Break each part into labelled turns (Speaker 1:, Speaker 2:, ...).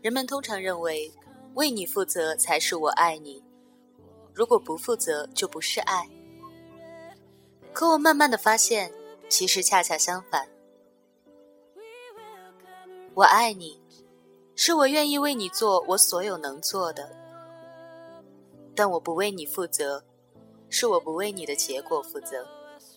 Speaker 1: 人们通常认为，为你负责才是我爱你，如果不负责就不是爱。可我慢慢地发现，其实恰恰相反。我爱你，是我愿意为你做我所有能做的，但我不为你负责，是我不为你的结果负责。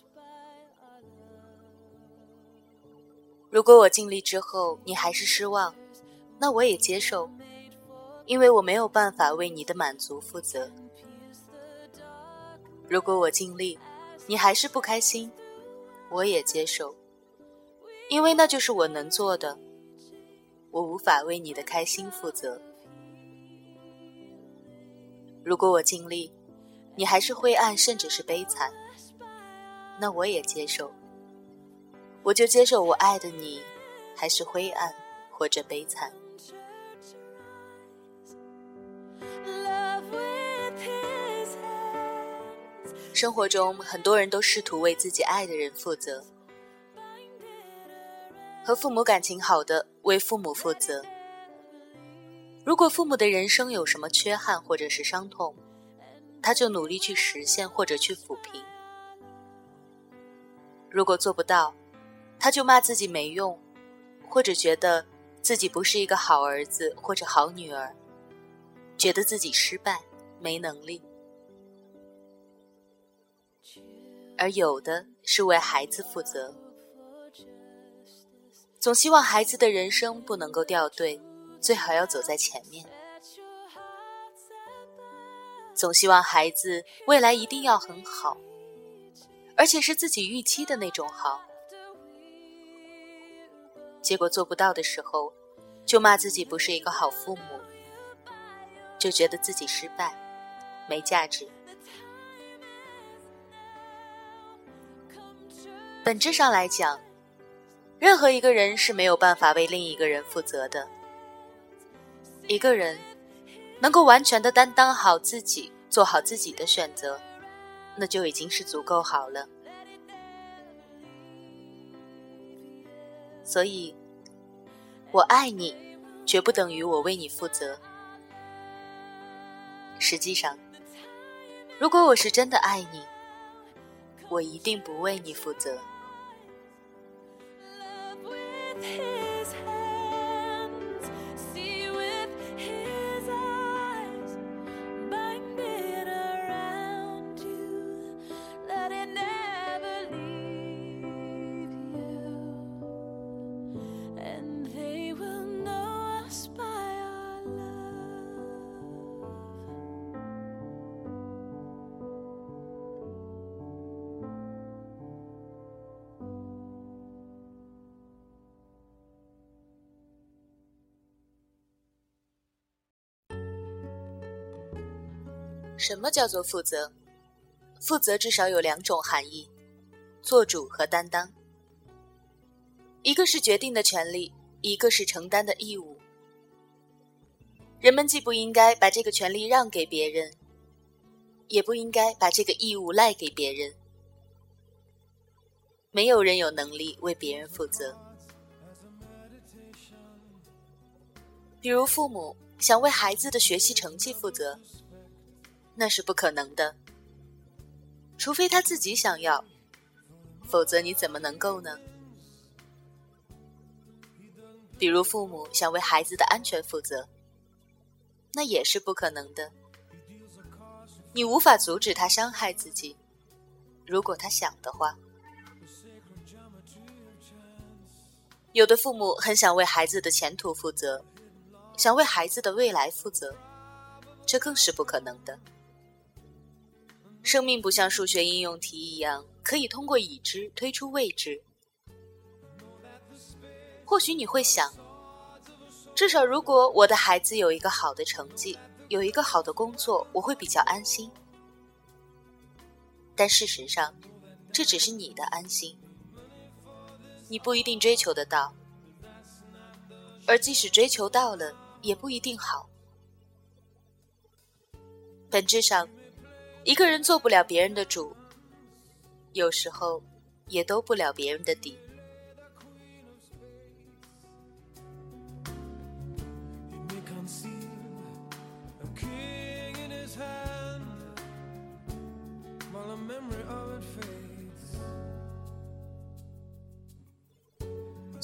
Speaker 1: 如果我尽力之后你还是失望，那我也接受，因为我没有办法为你的满足负责。如果我尽力你还是不开心，我也接受，因为那就是我能做的，我无法为你的开心负责。如果我尽力你还是灰暗甚至是悲惨，那我也接受，我就接受我爱的你还是灰暗或者悲惨。生活中很多人都试图为自己爱的人负责，和父母感情好的为父母负责，如果父母的人生有什么缺憾或者是伤痛，他就努力去实现或者去抚平，如果做不到，他就骂自己没用，或者觉得自己不是一个好儿子或者好女儿，觉得自己失败没能力。而有的是为孩子负责，总希望孩子的人生不能够掉队，最好要走在前面，总希望孩子未来一定要很好，而且是自己预期的那种好，结果做不到的时候就骂自己不是一个好父母，就觉得自己失败没价值。本质上来讲，任何一个人是没有办法为另一个人负责的。一个人能够完全的担当好自己，做好自己的选择，那就已经是足够好了。所以，我爱你，绝不等于我为你负责。实际上，如果我是真的爱你，我一定不为你负责。什么叫做负责？负责至少有两种含义，做主和担当。一个是决定的权利，一个是承担的义务。人们既不应该把这个权利让给别人，也不应该把这个义务赖给别人。没有人有能力为别人负责。比如父母想为孩子的学习成绩负责，那是不可能的，除非他自己想要，否则你怎么能够呢？比如父母想为孩子的安全负责，那也是不可能的，你无法阻止他伤害自己，如果他想的话。有的父母很想为孩子的前途负责，想为孩子的未来负责，这更是不可能的。生命不像数学应用题一样，可以通过已知推出未知。或许你会想，至少如果我的孩子有一个好的成绩，有一个好的工作，我会比较安心。但事实上，这只是你的安心，你不一定追求得到，而即使追求到了，也不一定好。本质上，一个人做不了别人的主，有时候也兜不了别人的底。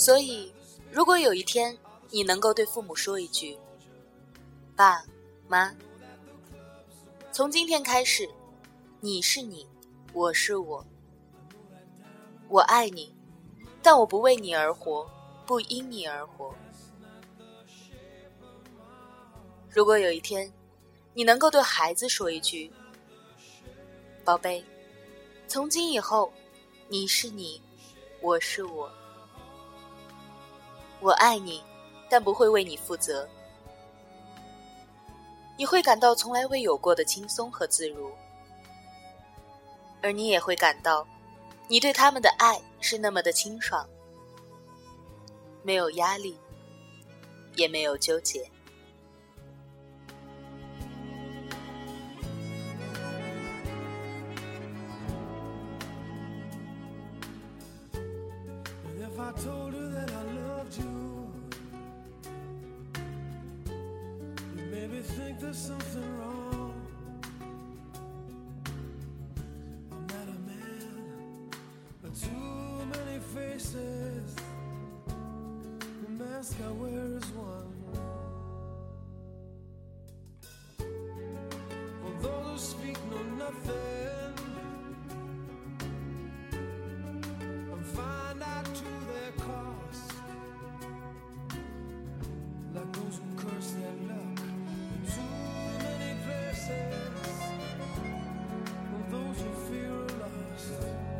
Speaker 1: 所以，如果有一天你能够对父母说一句：爸妈，从今天开始，你是你，我是我，我爱你，但我不为你而活，不因你而活。如果有一天你能够对孩子说一句：宝贝，从今以后，你是你，我是我，我爱你，但不会为你负责，你会感到从来未有过的轻松和自如，而你也会感到你对他们的爱是那么的清爽，没有压力，也没有纠结。
Speaker 2: If I told you that I loved you, you maybe think there's something wrong. I'm not a man, but too many faces. The mask I wear is one. For those who speak know nothing, and find out to their cost, like those who curse their luck in too many places, or those who fear are lost.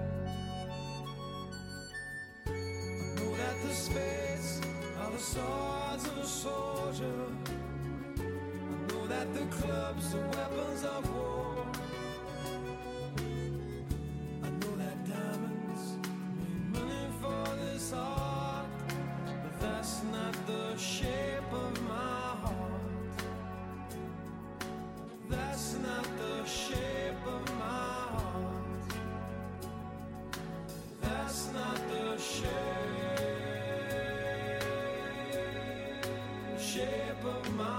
Speaker 2: I know that the spades are the swords of a soldier. I know that the clubs are weapons of war. I know that diamonds mean money for this art, but that's not the shape of my heart. That's not the shape of my heart. That's not the shape of my